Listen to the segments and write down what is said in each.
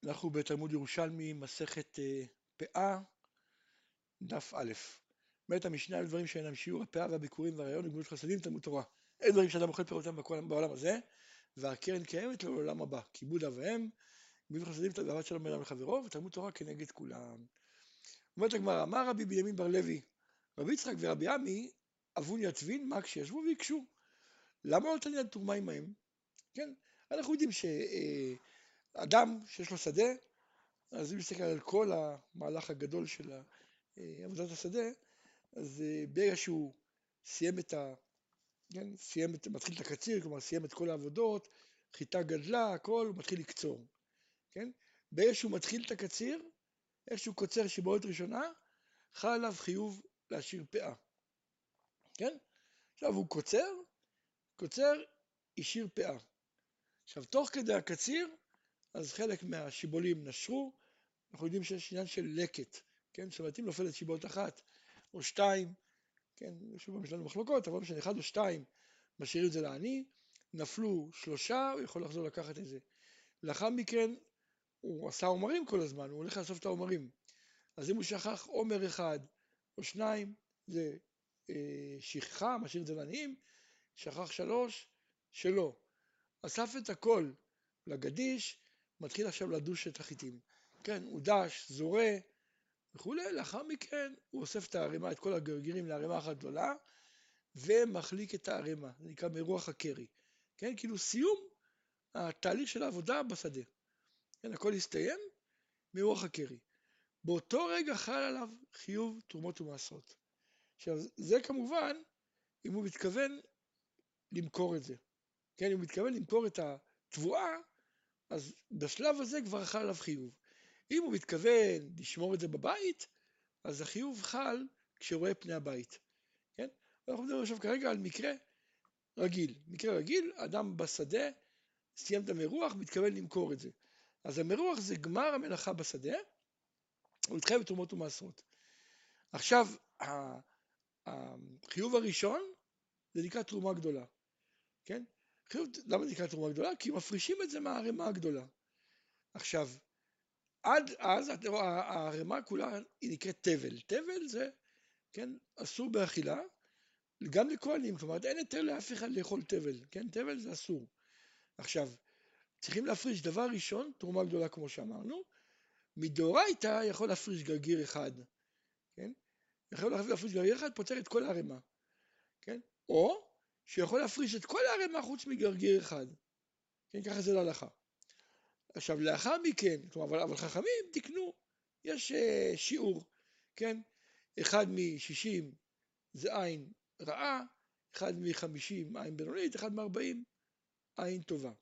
אנחנו בתלמוד ירושלמי, מסכת פאה, דף א'. אומרת המשנה על דברים שאינם שיעור הפאה והביקורים והרעיון וגמילות חסדים, תלמוד תורה. אין דברים שאדם אוכל פירותם בעולם הזה, והקרן קיימת לעולם הבא. כיבוד אב ואם, גמילות חסדים ואהבת שלום בין אדם לחברו, ותלמוד תורה כנגד כולם. אומרת הגמרא, אמר רבי בנימין בר לוי, רבי יצחק ורבי עמי אבון יתבין, מה כשישבו ויקשו? למה לא תניע תרומה עמהם? כן, אנחנו יודעים שאדם שיש לו שדה, אז אם נסתכל על כל המהלך הגדול של עבודת השדה, אז ברגע שהוא סיים מתחיל את הקציר, כלומר סיים את כל העבודות, חיטה גדלה, הכל, הוא מתחיל לקצור, כן? ברגע שהוא מתחיל את הקציר, איך שהוא קוצר שיבולת ראשונה, חל עליו חיוב להשאיר פאה, כן? עכשיו הוא קוצר, השאיר פאה. עכשיו תוך כדי הקציר, אז חלק מהשיבולים נשרו, אנחנו יודעים שיש עניין של לקט, כן? זאת אומרת, אם נופלת שיבולת אחת או שתיים, כן? שוב, יש לנו מחלוקות, אבל משנה, אחד או שתיים משאירים את זה לעני, נפלו 3, הוא יכול לחזור לקחת את זה. לאחר מכן, הוא עשה עומרים כל הזמן, הוא הולך לאסוף את העומרים. אז אם הוא שכח עומר אחד או 2, זה שכחה, משאיר את זה לעניים, שכח 3, שלא. אסף את הכל לגדיש, מתחיל עכשיו לדוש את החיטים. כן, הוא דש, זורה וכולי, לאחר מכן הוא אוסף את הערימה, את כל הגרגירים לערימה אחת גדולה, ומחליק את הערימה, זה נקרא מרוח הקרי. כן, כאילו סיום התהליך של העבודה בשדה. כן, הכל הסתיים מרוח הקרי. באותו רגע חל עליו חיוב תרומות ומעשרות. עכשיו, זה כמובן, אם הוא מתכוון למכור את זה. כן, אם הוא מתכוון למכור את התבואה, אז בשלב הזה כבר חל עליו חיוב. אם הוא מתכוון לשמור את זה בבית, אז החיוב חל כשרואה פני הבית. כן? אנחנו מדברים עכשיו כרגע על מקרה רגיל, אדם בשדה, סיים את המרוח, מתכוון למכור את זה. אז המרוח זה גמר המלאכה בשדה, הוא התחייב בתרומות ומעשרות. עכשיו, החיוב הראשון, זה נקרא תרומה גדולה. כן? למה זה נקרא תרומה גדולה? כי מפרישים את זה מהערימה הגדולה. עכשיו, עד אז הערימה כולה היא נקראת תבל. תבל זה, כן, אסור באכילה, גם לכהנים, כלומר אין היתר לאף אחד לאכול תבל, כן, תבל זה אסור. עכשיו, צריכים להפריש דבר ראשון, תרומה גדולה כמו שאמרנו, מדאורייתא יכול להפריש גרגיר אחד, כן, יכול להפריש גרגיר אחד, פותר את כל הערימה, כן, או שיכול להפריש את כל הערימה חוץ מגרגיר אחד, כן, ככה זה להלכה. עכשיו, לאחר מכן, כלומר, אבל חכמים תקנו, יש שיעור, כן, 1 מ-60 זה עין רעה, 1 מ-50 עין בינונית, 1 מ-40 עין טובה.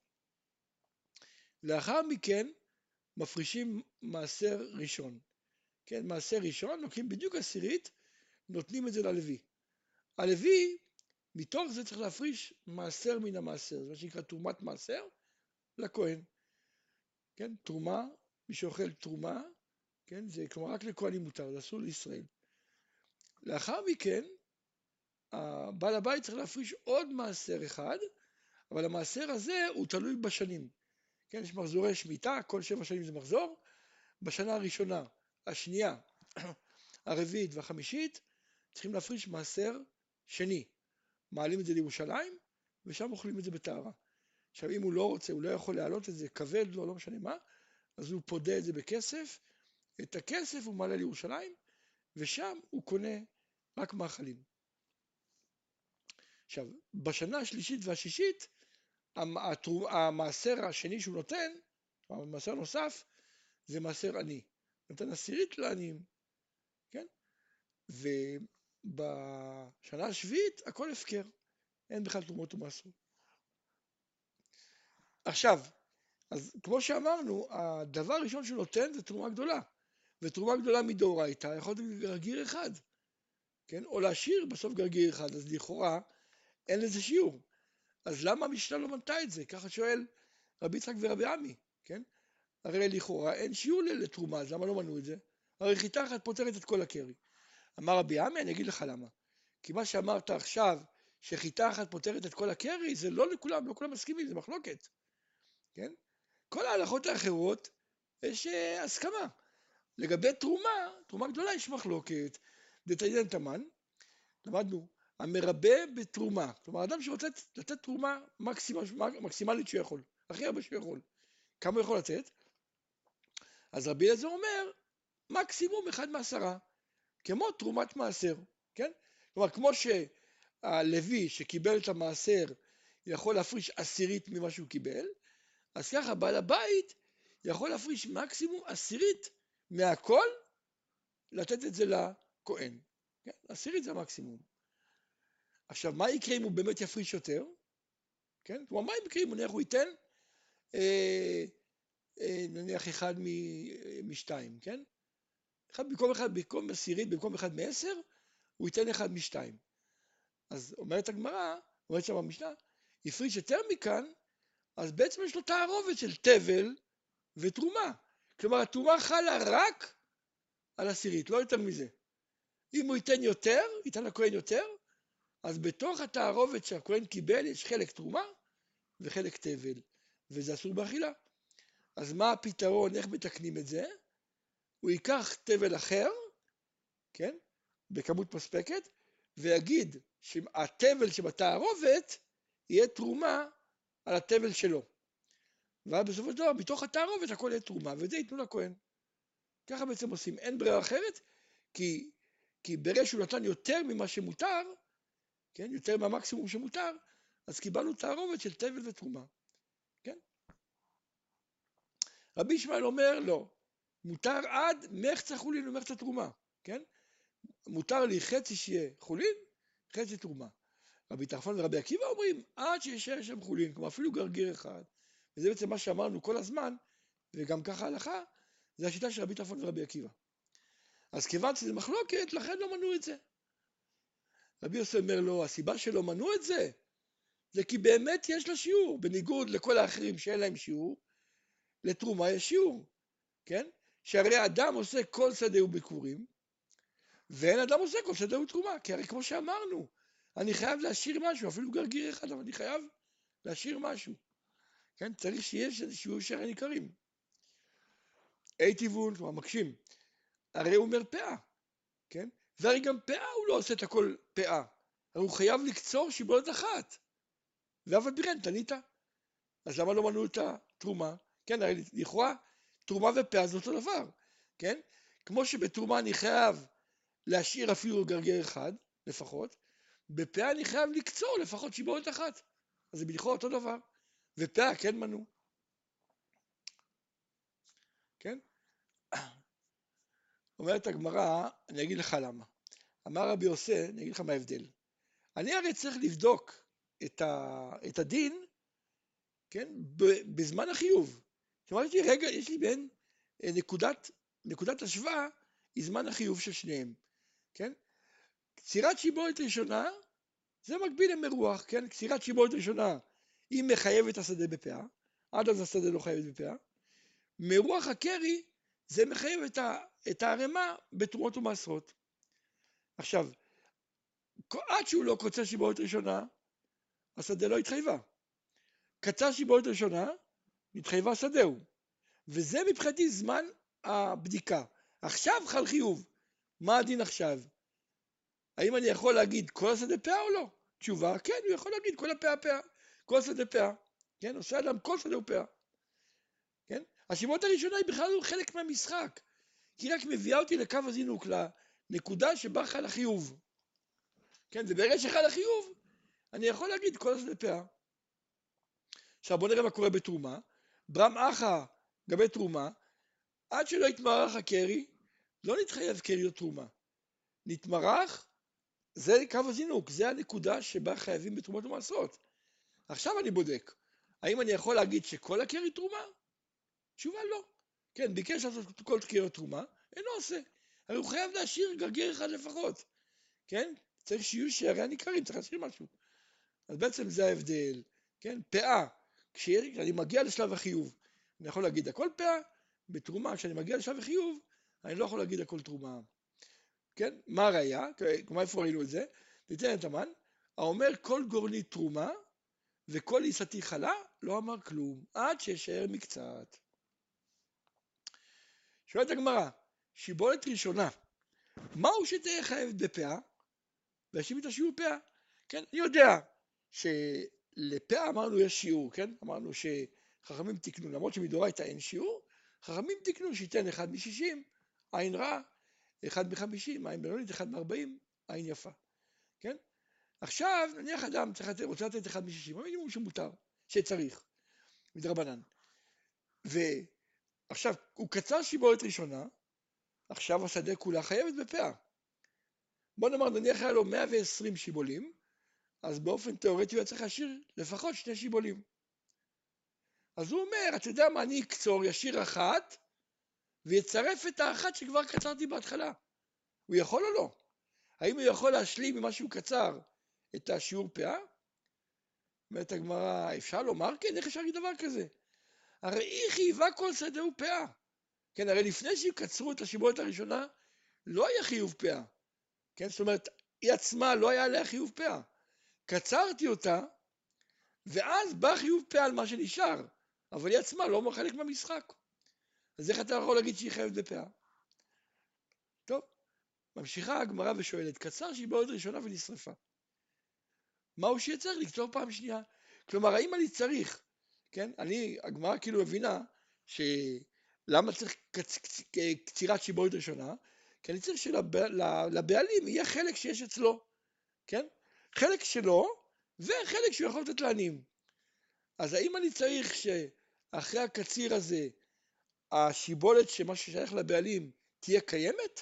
לאחר מכן מפרישים מעשר ראשון. כן, מעשר ראשון, לוקחים בדיוק עשירית, נותנים את זה ללוי. הלוי, מתוך זה צריך להפריש מעשר מן המעשר, זה מה שנקרא תרומת מעשר לכהן. כן, תרומה, מי שאוכל תרומה, כן, זה כלומר רק לכהנים מותר, זה אסור לישראל. לאחר מכן, בעל הבית צריך להפריש עוד מעשר אחד, אבל המעשר הזה הוא תלוי בשנים. כן, יש מחזורי שמיטה, כל 7 שנים זה מחזור. בשנה הראשונה, השנייה, הרביעית והחמישית, צריכים להפריש מעשר שני. מעלים את זה לירושלים, ושם אוכלים את זה בטהרה. עכשיו, אם הוא לא רוצה, הוא לא יכול להעלות את זה, כבד לו, לא משנה מה, אז הוא פודה את זה בכסף. את הכסף הוא מעלה לירושלים, ושם הוא קונה רק מאכלים. עכשיו, בשנה השלישית והשישית, המעשר השני שהוא נותן, המעשר הנוסף, זה מעשר עני. נותן עשירית לעניים, כן? ובשנה השביעית הכל הפקר, אין בכלל תרומות ומעשרות. עכשיו, אז כמו שאמרנו, הדבר הראשון שהוא נותן זה תרומה גדולה, ותרומה גדולה מדאורייתא יכול להיות גרגיר אחד, כן? או להשאיר בסוף גרגיר אחד, אז לכאורה אין לזה שיעור. אז למה המשנה לא מנתה את זה? ככה שואל רבי יצחק ורבי עמי, כן? הרי לכאורה אין שיעור לתרומה, אז למה לא מנו את זה? הרי חיטה אחת פותרת את כל הקרי. אמר רבי עמי, אני אגיד לך למה. כי מה שאמרת עכשיו, שחיטה אחת פותרת את כל הקרי, זה לא לכולם, לא כולם מסכימים, זה מחלוקת. כן? כל ההלכות האחרות, יש הסכמה. לגבי תרומה גדולה יש מחלוקת. דתניא תמן, למדנו, המרבה בתרומה, כלומר אדם שרוצה לתת תרומה מקסימלית שהוא יכול, הכי הרבה שהוא יכול, כמה הוא יכול לתת? אז רבי אליעזר אומר, מקסימום 1/10, כמו תרומת מעשר, כן? כלומר, כמו שהלוי שקיבל את המעשר יכול להפריש 1/10 ממה שהוא קיבל, אז ככה בעל הבית יכול להפריש מקסימום 1/10 מהכל, לתת את זה לכהן. כן? 1/10 זה המקסימום. עכשיו, מה יקרה אם הוא באמת יפריש יותר? כן? כלומר, מה יקרה אם נניח הוא ייתן נניח 1/2, כן? במקום 1/10, במקום 1/10, הוא ייתן 1/2. אז אומרת הגמרא, אומרת שם במשנה, הפריש יותר מכאן, אז בעצם יש לו תערובת של תבל ותרומה. כלומר, התרומה חלה רק על 1/10, לא יותר מזה. אם הוא ייתן יותר, ייתן לכהן יותר, אז בתוך התערובת שהכהן קיבל יש חלק תרומה וחלק תבל, וזה אסור באכילה. אז מה הפתרון, איך מתקנים את זה? הוא ייקח תבל אחר, כן, בכמות מספקת, ויגיד שהתבל שבתערובת יהיה תרומה על התבל שלו. ואז בסופו של דבר, מתוך התערובת הכל יהיה תרומה, ואת זה ייתנו לכהן. ככה בעצם עושים, אין ברירה אחרת, כי ברגע שהוא נתן יותר ממה שמותר, כן, יותר מהמקסימום שמותר, אז קיבלנו תערובת של תבל ותרומה. כן? רבי ישמעאל אומר, לא, מותר עד מחצה חולין ומחצה תרומה, כן? מותר לי חצי שיהיה חולין, חצי תרומה. רבי טרפון ורבי עקיבא אומרים, עד שישאר שם חולין, כלומר אפילו גרגיר אחד. וזה בעצם מה שאמרנו כל הזמן, וגם ככה הלכה, זה השיטה של רבי טרפון ורבי עקיבא. אז כיוון שזה מחלוקת, לכן לא מנעו את זה. רבי יוסי אומר לו, הסיבה שלא מנעו את זה, זה כי באמת יש לה שיעור, בניגוד לכל האחרים שאין להם שיעור, לתרומה יש שיעור, כן? שהרי אדם עושה כל שדה וביקורים, ואין אדם עושה כל שדה ותרומה, כי הרי כמו שאמרנו, אני חייב להשאיר משהו, אפילו גרגיר אחד, אבל אני חייב להשאיר משהו, כן? צריך שיש איזשהו שער ניכרים. היטיבון, כלומר מקשים, הרי הוא אומר פאה, כן? והרי גם פאה הוא לא עושה את הכל פאה, הרי הוא חייב לקצור שיבולת אחת, ואף על פי כן תנית. אז למה לא מנעו את התרומה? כן, הרי לכאורה תרומה ופאה זה אותו דבר, כן? כמו שבתרומה אני חייב להשאיר אפילו גרגר אחד לפחות, בפאה אני חייב לקצור לפחות שיבולת אחת, אז זה לכאורה אותו דבר, ופאה כן מנעו. כן? אומרת הגמרא, אני אגיד לך למה. אמר רבי יוסי, אני אגיד לך מה ההבדל. אני הרי צריך לבדוק את הדין, כן, בזמן החיוב. זאת אומרת, יש לי בין נקודת השוואה, היא זמן החיוב של שניהם, כן? קצירת שיבולת ראשונה, זה מקביל למרוח, כן? קצירת שיבולת ראשונה, היא מחייבת השדה בפאה, עד אז השדה לא חייבת בפאה. מרוח הקרי, זה מחייב את הערימה בתרומות ומעשרות. עכשיו, עד שהוא לא קוצר שיבולת ראשונה, השדה לא התחייבה. קצר שיבולת ראשונה, נתחייבה שדהו. וזה מבחינתי זמן הבדיקה. עכשיו חל חיוב. מה הדין עכשיו? האם אני יכול להגיד כל השדה פאה או לא? תשובה, כן, הוא יכול להגיד כל הפאה פאה. כל השדה פאה. כן, עושה אדם כל שדה הוא פאה. כן? השיבולת הראשונה היא בכלל לא חלק מהמשחק. היא רק מביאה אותי לקו הזינוק, לנקודה שבה חל החיוב. כן, וברגע שחל החיוב, אני יכול להגיד כל השדה פאה. עכשיו בוא נראה מה קורה בתרומה. ברם אחא גבי תרומה, עד שלא יתמרח הקרי, לא נתחייב קרי או תרומה. נתמרח, זה קו הזינוק, זה הנקודה שבה חייבים בתרומות ומעשרות. עכשיו אני בודק, האם אני יכול להגיד שכל הקרי תרומה? תשובה לא. כן, ביקש לעשות כל קרי תרומה, אינו עושה. הרי הוא חייב להשאיר גרגר אחד לפחות. כן? צריך שיהיו שערי הניכרים, צריך להשאיר משהו. אז בעצם זה ההבדל. כן? פאה, כשאני מגיע לשלב החיוב, אני יכול להגיד הכל פאה, בתרומה, כשאני מגיע לשלב החיוב, אני לא יכול להגיד הכל תרומה. כן? מה הראיה? כלומר, איפה ראינו את זה? ניתן את המן, האומר כל גורני תרומה, וכל עיסתי חלה, לא אמר כלום, עד שישאר מקצת. שואלת הגמרא, שיבולת ראשונה, מהו שתהיה חייבת בפאה? והשיב את השיעור פאה. כן, אני יודע שלפאה אמרנו יש שיעור, כן? אמרנו שחכמים תיקנו, למרות שמדאורייתא אין שיעור, חכמים תיקנו שייתן 1 מ-60, עין רע, 1 מ-50, עין בינונית, 1 מ-40, עין יפה, כן? עכשיו, נניח אדם רוצה לתת 1 מ-60, המינימום שמותר, שצריך, מדרבנן. ועכשיו, הוא קצר שיבולת ראשונה, עכשיו השדה כולה חייבת בפאה. בוא נאמר, נניח היה לו 120 שיבולים, אז באופן תיאורטי הוא היה צריך להשאיר לפחות 2 שיבולים. אז הוא אומר, אתה יודע מה, אני אקצור, ישאיר אחת, ויצרף את האחת שכבר קצרתי בהתחלה. הוא יכול או לא? האם הוא יכול להשלים ממה שהוא קצר את השיעור פאה? אומרת הגמרא, אפשר לומר כן? איך אפשר להגיד דבר כזה? הרי היא חייבה כל שדה הוא פאה. כן, הרי לפני שקצרו את השיבולת הראשונה, לא היה חיוב פאה. כן, זאת אומרת, היא עצמה לא היה עליה חיוב פאה. קצרתי אותה, ואז בא חיוב פאה על מה שנשאר, אבל היא עצמה לא חלק מהמשחק. אז איך אתה יכול להגיד שהיא חייבת בפאה? טוב, ממשיכה הגמרא ושואלת, קצר שיבולת ראשונה ונשרפה. מהו שיהיה צריך לקצור פעם שנייה? כלומר, האם אני צריך, כן, הגמרא כאילו מבינה שלמה צריך קצירת שיבולת ראשונה? כי אני צריך שלבעלים יהיה חלק שיש אצלו, כן? חלק שלו וחלק שהוא יכול לתת לעניים. אז האם אני צריך שאחרי הקציר הזה, השיבולת שמה ששייך לבעלים תהיה קיימת?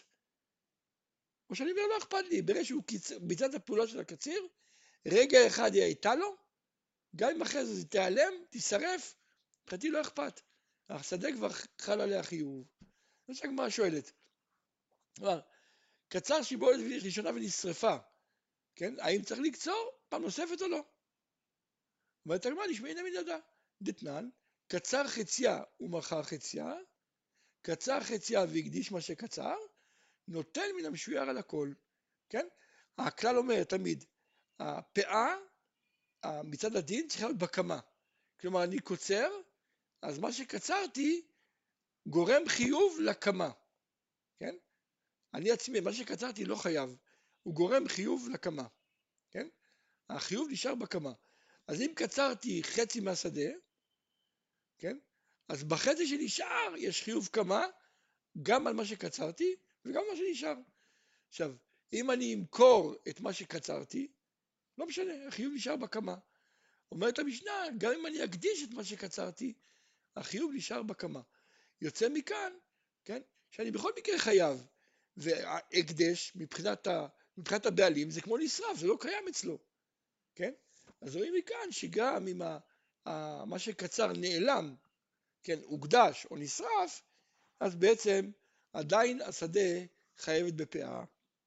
או שאני אומר, לא אכפת לי, ברגע שהוא ביצע את הפעולה של הקציר, רגע אחד היא הייתה לו, גם אם אחרי זה תיעלם, תישרף, מבחינתי לא אכפת. השדה כבר חל עליה חיוב. זה שהגמרא שואלת. כלומר, קצר שיבולת ראשונה ונשרפה, כן? האם צריך לקצור פעם נוספת או לא? אומרת הגמרא, נשמעינא מדדה. דתנן, קצר חציה ומכר חציה, קצר חציה והקדיש מה שקצר, נוטל מן המשויר על הכל, כן? הכלל אומר תמיד, הפאה מצד הדין צריכה להיות בקמה. כלומר, אני קוצר, אז מה שקצרתי גורם חיוב לקמה, כן? אני עצמי, מה שקצרתי לא חייב, הוא גורם חיוב לקמה, כן? החיוב נשאר בקמה. אז אם קצרתי חצי מהשדה, כן? אז בחצי שנשאר יש חיוב קמה, גם על מה שקצרתי וגם על מה שנשאר. עכשיו, אם אני אמכור את מה שקצרתי, לא משנה, החיוב נשאר בקמה. אומרת המשנה, גם אם אני אקדיש את מה שקצרתי, החיוב נשאר בקמה. יוצא מכאן, כן, שאני בכל מקרה חייב, והקדש מבחינת הבעלים זה כמו נשרף, זה לא קיים אצלו, כן? אז רואים מכאן שגם אם מה שקצר נעלם, כן, הוקדש או נשרף, אז בעצם עדיין השדה חייבת בפאה.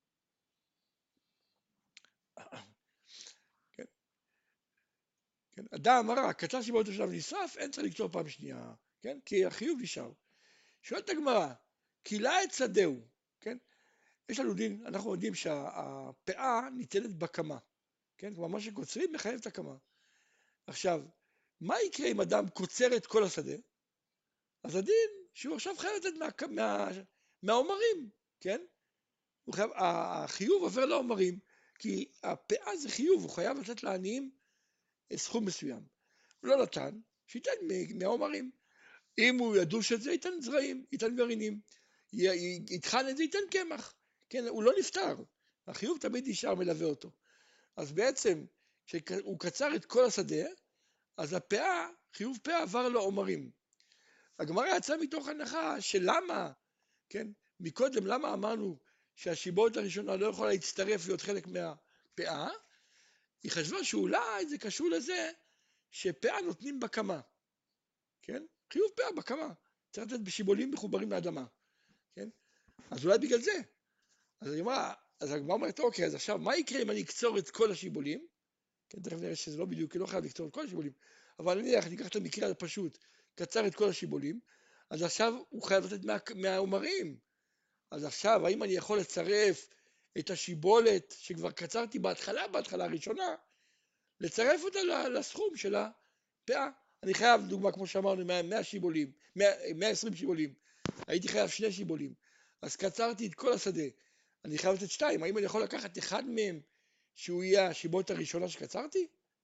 כן? כן? אדם אמר, קצר שיבולת ראשונה ונשרף, אין צריך לקצור פעם שנייה, כן? כי החיוב נשאר. שואלת הגמרא, כילה את שדהו, כן? יש לנו דין, אנחנו יודעים שהפאה ניתנת בקמה, כן? כלומר, מה שקוצרים מחייב את הקמה. עכשיו, מה יקרה אם אדם קוצר את כל השדה? אז הדין שהוא עכשיו חייב לתת מהעומרים, כן? החיוב עובר לעומרים, כי הפאה זה חיוב, הוא חייב לתת לעניים סכום מסוים. הוא לא נתן, שייתן מהעומרים. אם הוא ידוש את זה, ייתן זרעים, ייתן גרעינים. יטחן את זה, ייתן קמח. כן, הוא לא נפטר. החיוב תמיד נשאר מלווה אותו. אז בעצם, כשהוא קצר את כל השדה, אז הפאה, חיוב פאה עבר לעומרים. הגמרא יצאה מתוך הנחה שלמה, כן, מקודם למה אמרנו שהשיבולת הראשונה לא יכולה להצטרף להיות חלק מהפאה? היא חשבה שאולי זה קשור לזה שפאה נותנים בקמה, כן? חיוב פאה בקמה, צריך לתת בשיבולים מחוברים לאדמה, כן? אז אולי בגלל זה. אז הגמרא אומרת, אוקיי, אז עכשיו מה יקרה אם אני אקצור את כל השיבולים? כן, תכף נראה שזה לא בדיוק, לא חייב לקצור את כל השיבולים, אבל נניח, ניקח את המקרה הפשוט, קצר את כל השיבולים, אז עכשיו הוא חייב לתת מהעומרים. אז עכשיו, האם אני יכול לצרף את השיבולת שכבר קצרתי בהתחלה הראשונה, לצרף אותה לסכום של הפאה? אני חייב, דוגמה, כמו שאמרנו, 100 שיבולים, 120 שיבולים. הייתי חייב 2 שיבולים, אז קצרתי את כל השדה, אני חייב לתת 2, האם אני יכול לקחת אחד מהם שהוא יהיה השיבולת הראשונה שקצרתי?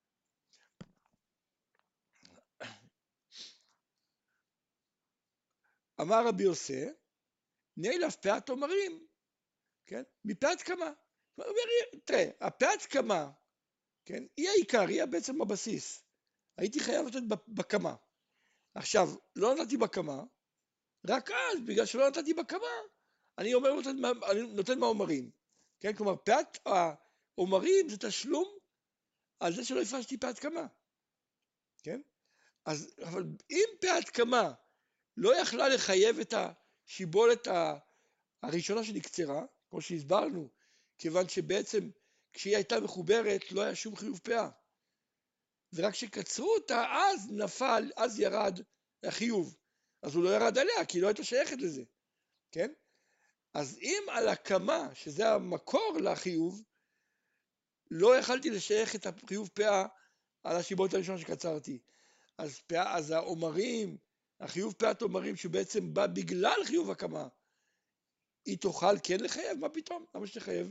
אמר רבי יוסי, נאלף פאת תומרים, כן? מפאת קמה. תראה, הפאת קמה, כן? היא העיקר, היא בעצם הבסיס. הייתי חייב לתת בקמה. עכשיו, לא נתתי בקמה, רק אז, בגלל שלא נתתי בקמה, אני נותן מהעומרים. כן? כלומר, פאת העומרים זה תשלום על זה שלא הפרשתי פאת קמה. כן? אז, אבל אם פאת קמה לא יכלה לחייב את השיבולת הראשונה שנקצרה, כמו שהסברנו, כיוון שבעצם כשהיא הייתה מחוברת לא היה שום חיוב פאה. ורק כשקצרו אותה, אז נפל, אז ירד החיוב. אז הוא לא ירד עליה, כי היא לא הייתה שייכת לזה. כן? אז אם על הקמה, שזה המקור לחיוב, לא יכלתי לשייך את החיוב פאה על השיבולת הראשונה שקצרתי. אז העומרים, החיוב פאת עומרים שבעצם בא בגלל חיוב הקמה, היא תוכל כן לחייב? מה פתאום? למה שתחייב?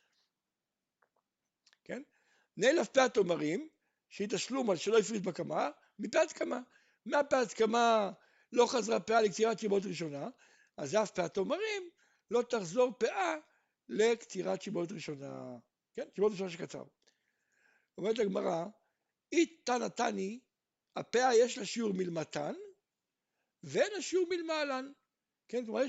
כן? נאלף פאת עומרים, שהיא תשלום על שלא הפריש בקמה, מפאת קמה. מהפאת קמה לא חזרה פאה לקצירת שיבולת ראשונה, אז אף פאת עומרים לא תחזור פאה לקצירת שיבולת ראשונה. כן? שיבולת ראשונה שקצר. אומרת הגמרא, איתא נתני, הפאה יש לה שיעור מלמתן, ואין לה שיעור מלמעלן. כן? כלומר,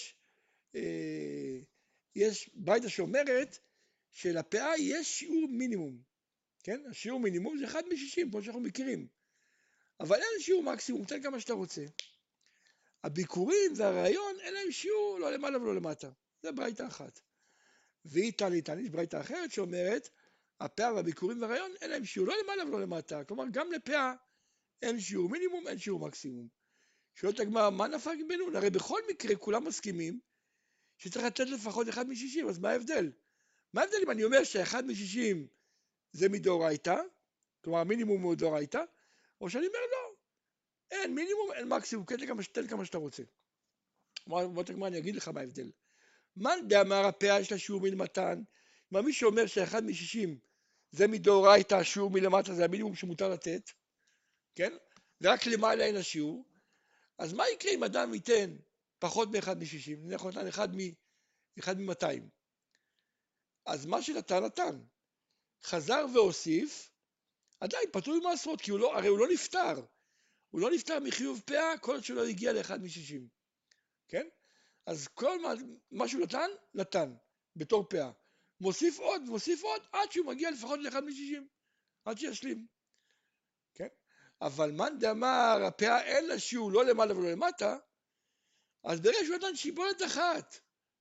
יש ברייתא שאומרת שלפאה יש שיעור מינימום. כן? השיעור מינימום זה 1 מ-60, כמו שאנחנו מכירים. אבל אין שיעור מקסימום, תן כמה שאתה רוצה. הביקורים והרעיון, אין להם שיעור לא למעלה ולא למטה. זה ברייתא אחת. והיא תני, יש ברייתא אחרת שאומרת, הפאה והביקורים והרעיון, אין להם שיעור לא למעלה ולא למטה. כלומר, גם לפאה אין שיעור מינימום, אין שיעור מקסימום. שואלת הגמרא, מה נפק בינינו? הרי בכל מקרה כולם מסכימים שצריך לתת לפחות 1 מ-60, אז מה ההבדל? מה ההבדל אם אני אומר ש1 מ-60 זה מדאורייתא, כלומר המינימום הוא מדאורייתא, או שאני אומר לא, אין מינימום, אין מקסימום, תן כמה שאתה רוצה. בוא תגמר, אני אגיד לך מה ההבדל. מאן דאמר הפאה יש לה שיעור מלמתן, כלומר מי שאומר ש1 מ-60 זה מדאורייתא, השיעור מלמטה זה המינימום שמותר לתת, כן? ורק למעלה אין השיעור, אז מה יקרה אם אדם ייתן פחות מ-1 מ-60, נניח הוא נתן 1 מ-200, אז מה שנתן נתן, חזר והוסיף, עדיין פטור ממעשרות, כי הרי הוא לא נפטר, הוא לא נפטר מחיוב פאה כל עוד שלא הגיע ל1 מ-60, כן? אז כל מה שהוא נתן בתור פאה, מוסיף עוד, עד שהוא מגיע לפחות ל1 מ-60, עד שישלים, כן? אבל מאן דאמר הפאה אין לה שיעור לא למעלה ולא למטה, אז ברגע שהוא נתן שיבולת אחת,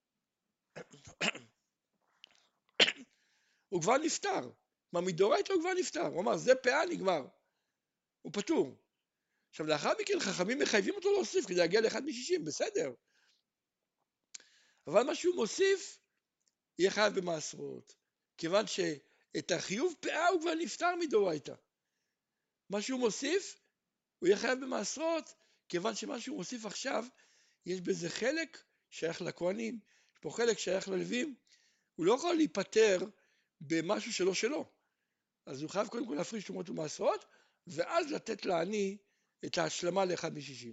הוא כבר נפטר. מה מדאורייתא הוא כבר נפטר. הוא אמר, זה פאה נגמר. הוא פטור. עכשיו, לאחר מכן חכמים מחייבים אותו להוסיף כדי להגיע ל1 מ-60, בסדר. אבל מה שהוא מוסיף, יהיה חייב במעשרות. כיוון שאת החיוב פאה הוא כבר נפטר מדאורייתא. מה שהוא מוסיף, הוא יהיה חייב במעשרות, כיוון שמה שהוא מוסיף עכשיו, יש בזה חלק שייך לכהנים, יש פה חלק שייך ללווים, הוא לא יכול להיפטר במשהו שלא שלו. אז הוא חייב קודם כל להפריש תרומות ומעשרות, ואז לתת לעני את ההשלמה ל1 מ-60.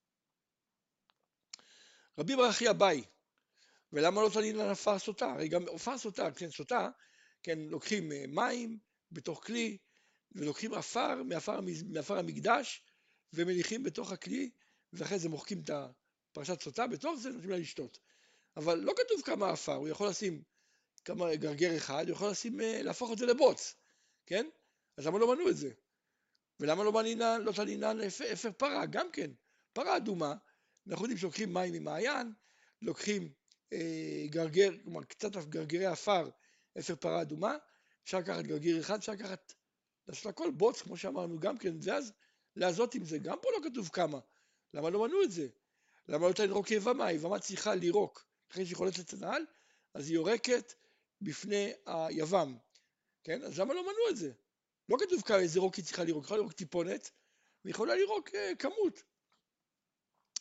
רבי ברכי אביי, ולמה לא תלין על עפר סוטה? הרי גם עפר סוטה, כן, סוטה, כן, לוקחים מים בתוך כלי, ולוקחים עפר מעפר המקדש, ומניחים בתוך הכלי, ואחרי זה מוחקים את הפרשת סוטה, בתוך זה נותנים לה לשתות. אבל לא כתוב כמה עפר, הוא יכול לשים כמה גרגר אחד, הוא יכול להפוך את זה לבוץ, כן? אז למה לא מנעו את זה? ולמה לא תלינן אפר פרה? גם כן, פרה אדומה, אנחנו יודעים שלוקחים מים ממעיין, לוקחים גרגר, כלומר קצת גרגרי עפר, אפר פרה אדומה, אפשר לקחת גרגיר אחד, אפשר לקחת, לעשות הכל בוץ, כמו שאמרנו גם כן, ואז לעזות עם זה, גם פה לא כתוב כמה, למה לא מנעו את זה? למה לא תלרוק יבמה? יבמה צריכה לירוק, אחרי שהיא חולצת את הנעל, אז היא יורקת בפני היבם, כן? אז למה לא מנעו את זה? לא כתוב כמה איזה רוק היא צריכה לירוק, יכולה לירוק טיפונת, ויכולה לירוק כמות.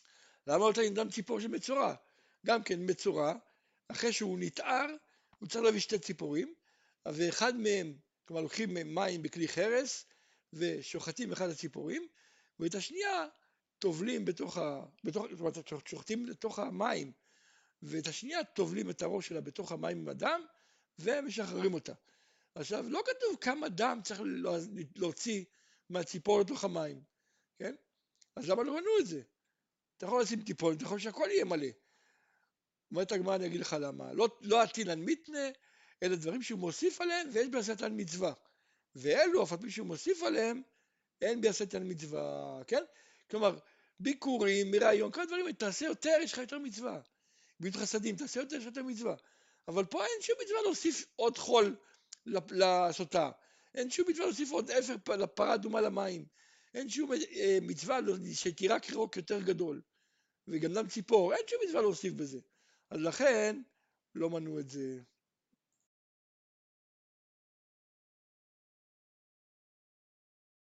למה לא תגיד דם ציפור של מצורע? גם כן מצורע, אחרי שהוא נטער, הוא צריך להביא שתי ציפורים, ואחד מהם, כלומר לוקחים מים בכלי חרס, ושוחטים אחד הציפורים, ואת השנייה טובלים זאת אומרת, שוחטים לתוך המים, ואת השנייה טובלים את הראש שלה בתוך המים עם הדם, ומשחררים אותה. עכשיו, לא כתוב כמה דם צריך להוציא מהציפור לתוך המים, כן? אז למה לא בנו את זה? אתה יכול לשים טיפול, אתה יכול שהכל יהיה מלא. אומרת הגמרא, אני אגיד לך למה. לא עתינן מתנה, אלה דברים שהוא מוסיף עליהם, ויש בעשייתן מצווה. ואלו, אף על פי שהוא מוסיף עליהם, אין בעשייתן מצווה, כן? כלומר, ביקורים, מראיון, כל הדברים, תעשה יותר, יש לך יותר מצווה. גמילות חסדים, תעשה יותר, יש יותר מצווה. אבל פה אין שום מצווה להוסיף עוד חול לסוטה. אין שום מצווה להוסיף עוד אפר לפרה אדומה למים. אין שום מצווה שתירק רוק יותר גדול. וגם דם ציפור, אין שום מצווה להוסיף בזה. אז לכן, לא מנעו את זה.